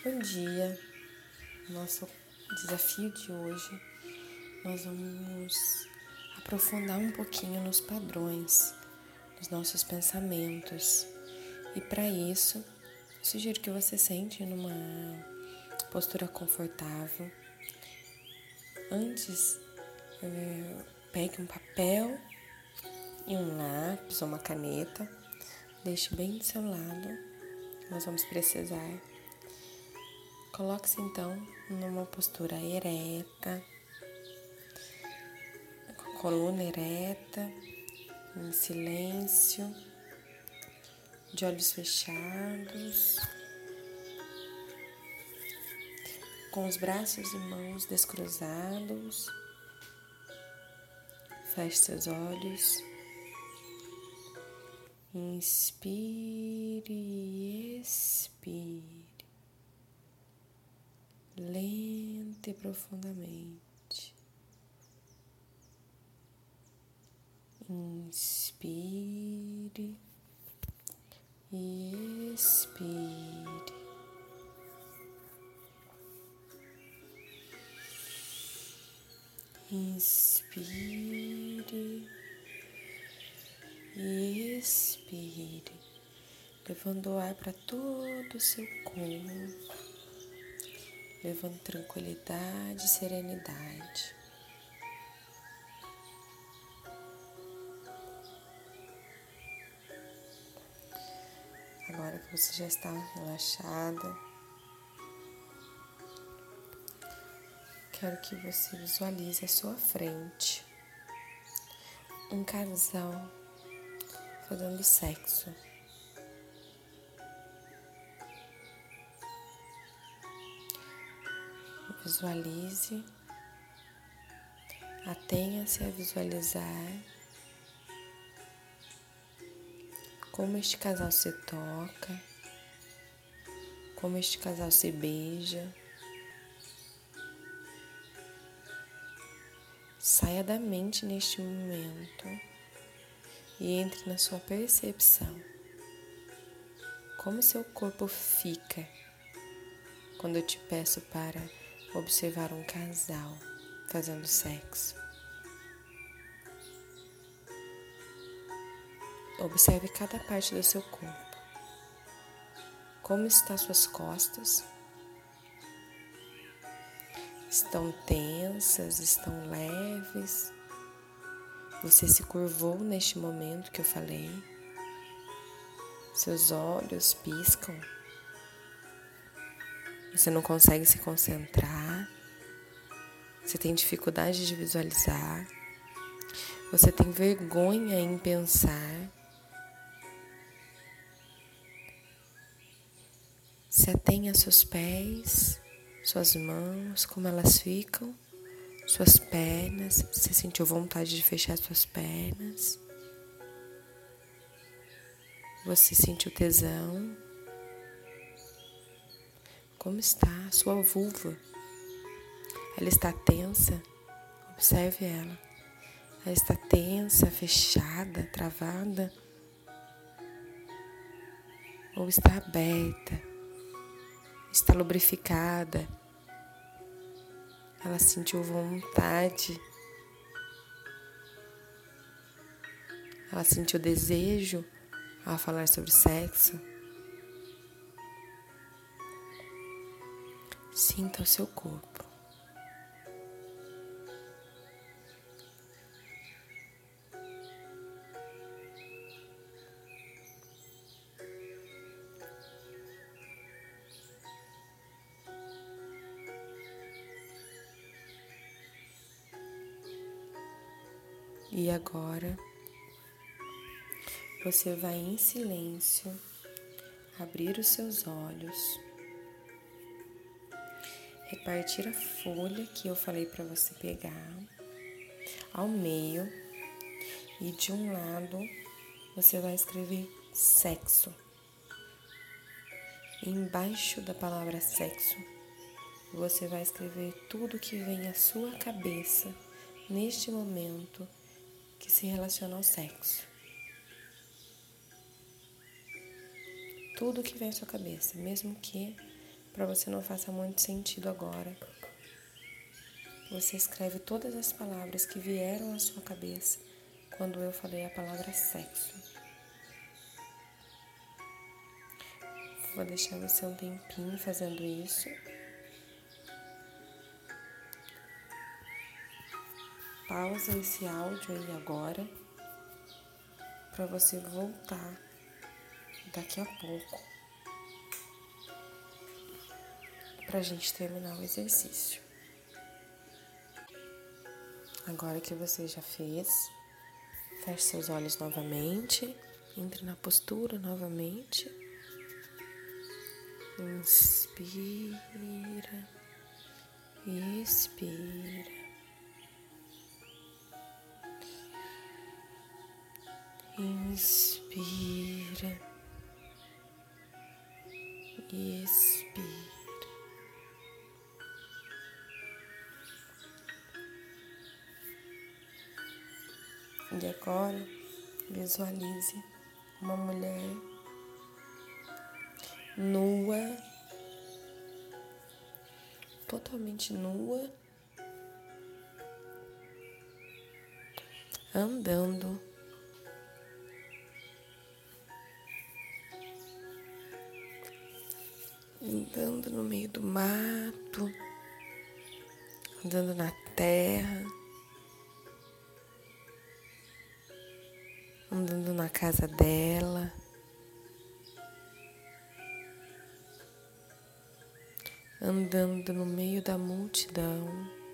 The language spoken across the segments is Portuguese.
Bom dia, nosso desafio de hoje, nós vamos aprofundar um pouquinho nos padrões dos nossos pensamentos. E para isso, eu sugiro que você sente numa postura confortável. Antes, pegue um papel e um lápis ou uma caneta, deixe bem do seu lado, nós vamos precisar. Coloque-se então numa postura ereta, com a coluna ereta, em silêncio, de olhos fechados, com os braços e mãos descruzados. Feche seus olhos. Inspire e expire. Lenta e profundamente. Inspire e expire. Inspire e expire, levando o ar para todo o seu corpo, levando tranquilidade e serenidade. Agora que você já está relaxada, quero que você visualize à sua frente um casal fazendo sexo. Visualize, atenha-se a visualizar como este casal se toca, como este casal se beija. Saia da mente neste momento e entre na sua percepção. Como seu corpo fica quando eu te peço para observar um casal fazendo sexo? Observe cada parte do seu corpo. Como estão suas costas? Estão tensas? Estão leves? Você se curvou neste momento que eu falei? Seus olhos piscam? Você não consegue se concentrar? Você tem dificuldade de visualizar? Você tem vergonha em pensar? Se atenha a seus pés, suas mãos, como elas ficam, suas pernas. Você sentiu vontade de fechar suas pernas? Você sentiu tesão? Como está a sua vulva? Ela está tensa? Observe ela. Ela está tensa, fechada, travada? Ou está aberta? Está lubrificada? Ela sentiu vontade? Ela sentiu desejo ao falar sobre sexo? Sinta o seu corpo. E agora, você vai em silêncio abrir os seus olhos, repartir a folha que eu falei para você pegar ao meio e de um lado você vai escrever sexo. E embaixo da palavra sexo, você vai escrever tudo que vem à sua cabeça neste momento que se relaciona ao sexo. Tudo que vem à sua cabeça, mesmo que para você não faça muito sentido agora. Você escreve todas as palavras que vieram à sua cabeça quando eu falei a palavra sexo. Vou deixar você um tempinho fazendo isso. Pausa esse áudio aí agora para você voltar daqui a pouco para a gente terminar o exercício. Agora que você já fez, feche seus olhos novamente, entre na postura novamente. Inspira, expira. Inspira e expira. E agora, visualize uma mulher nua, totalmente nua, andando no meio do mato, andando na terra, andando na casa dela, andando no meio da multidão,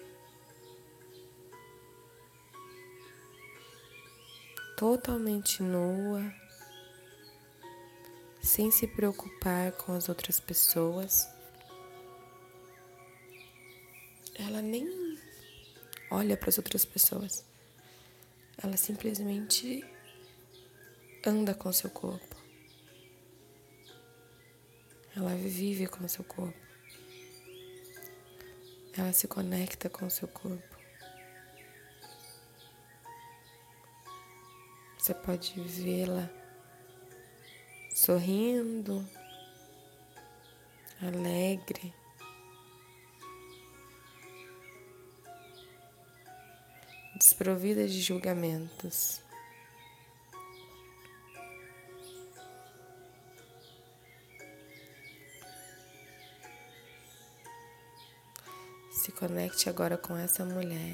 totalmente nua, sem se preocupar com as outras pessoas. Ela nem olha para as outras pessoas. Ela simplesmente anda com seu corpo. Ela vive com seu corpo. Ela se conecta com seu corpo. Você pode vê-la sorrindo, alegre, desprovida de julgamentos. Se conecte agora com essa mulher.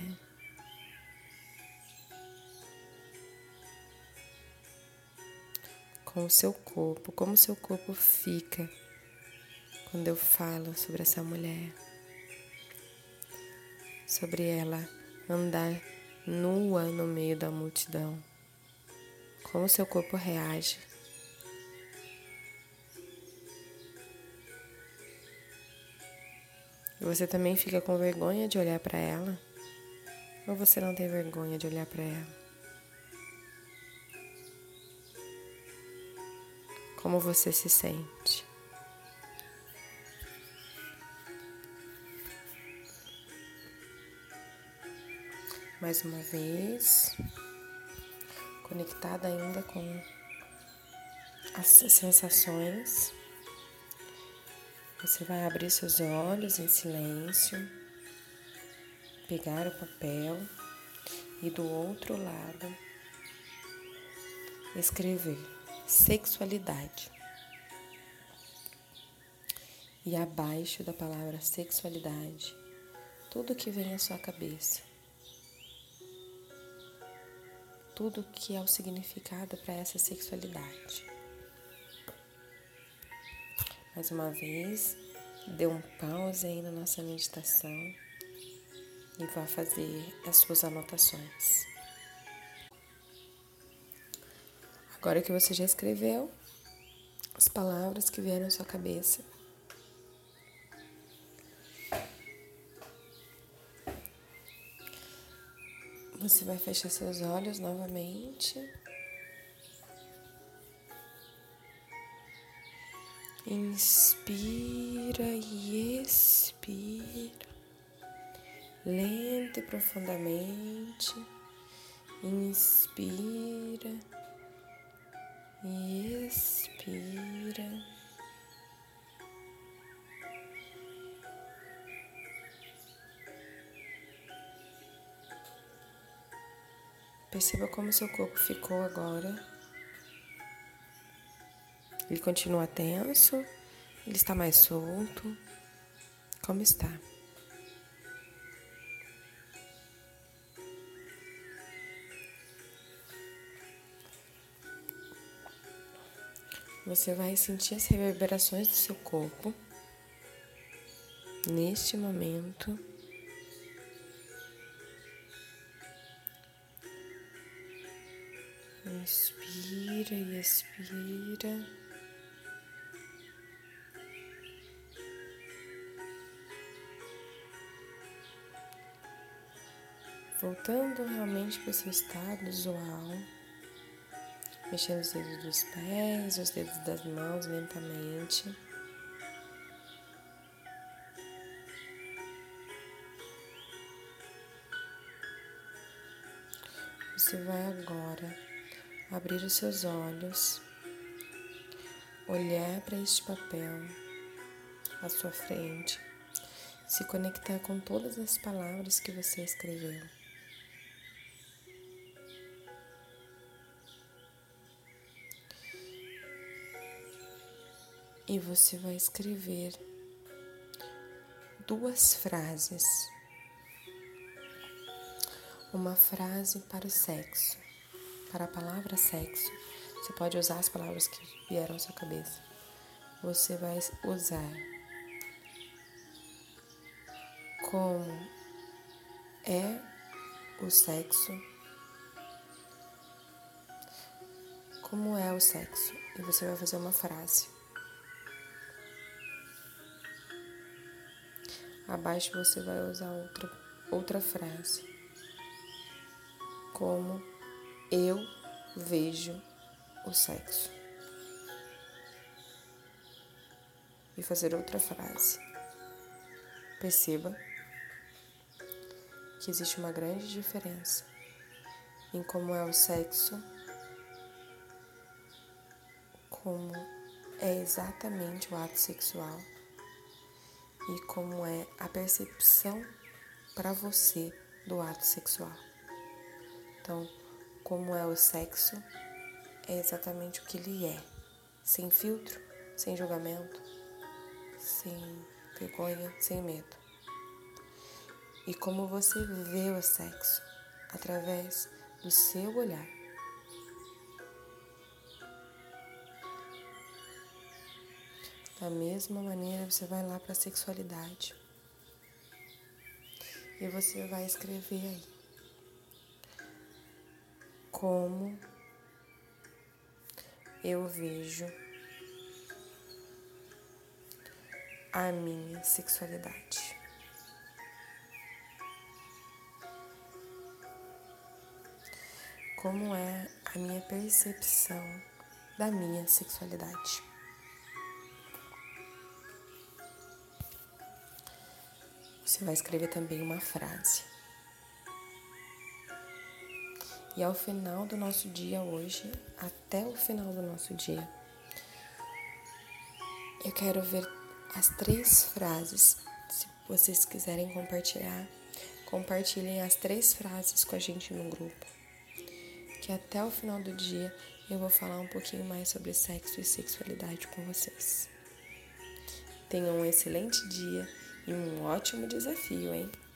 Com o seu corpo, como o seu corpo fica quando eu falo sobre essa mulher. Sobre ela andar nua no meio da multidão. Como o seu corpo reage. E você também fica com vergonha de olhar para ela? Ou você não tem vergonha de olhar para ela? Como você se sente? Mais uma vez, conectada ainda com as sensações, você vai abrir seus olhos em silêncio, pegar o papel e do outro lado escrever sexualidade. E abaixo da palavra sexualidade, tudo que vem à sua cabeça. Tudo que é o significado para essa sexualidade. Mais uma vez, dê um pause aí na nossa meditação e vá fazer as suas anotações. Agora que você já escreveu as palavras que vieram à sua cabeça, você vai fechar seus olhos novamente. Inspira e expira, lento e profundamente. Inspira e expira. Perceba como seu corpo ficou agora. Ele continua tenso? Ele está mais solto? Como está? Você vai sentir as reverberações do seu corpo neste momento. Inspira e expira. Voltando realmente para o seu estado usual. Mexendo os dedos dos pés, os dedos das mãos lentamente. Você vai agora abrir os seus olhos, olhar para este papel à sua frente, se conectar com todas as palavras que você escreveu. E você vai escrever 2 frases. Uma frase para o sexo, para a palavra sexo. Você pode usar as palavras que vieram à sua cabeça. Você vai usar como é o sexo. Como é o sexo? E você vai fazer uma frase. Abaixo você vai usar outra frase. Como eu vejo o sexo. E fazer outra frase. Perceba que existe uma grande diferença em como é o sexo, como é exatamente o ato sexual e como é a percepção para você do ato sexual. Então, como é o sexo é exatamente o que ele é, sem filtro, sem julgamento, sem vergonha, sem medo. E como você vê o sexo através do seu olhar. Da mesma maneira, você vai lá para a sexualidade. E você vai escrever aí. Como eu vejo a minha sexualidade. Como é a minha percepção da minha sexualidade. Você vai escrever também uma frase. E ao final do nosso dia hoje, até o final do nosso dia, eu quero ver as 3 frases. Se vocês quiserem compartilhar, compartilhem as 3 frases com a gente no grupo. Que até o final do dia eu vou falar um pouquinho mais sobre sexo e sexualidade com vocês. Tenham um excelente dia e um ótimo desafio, hein?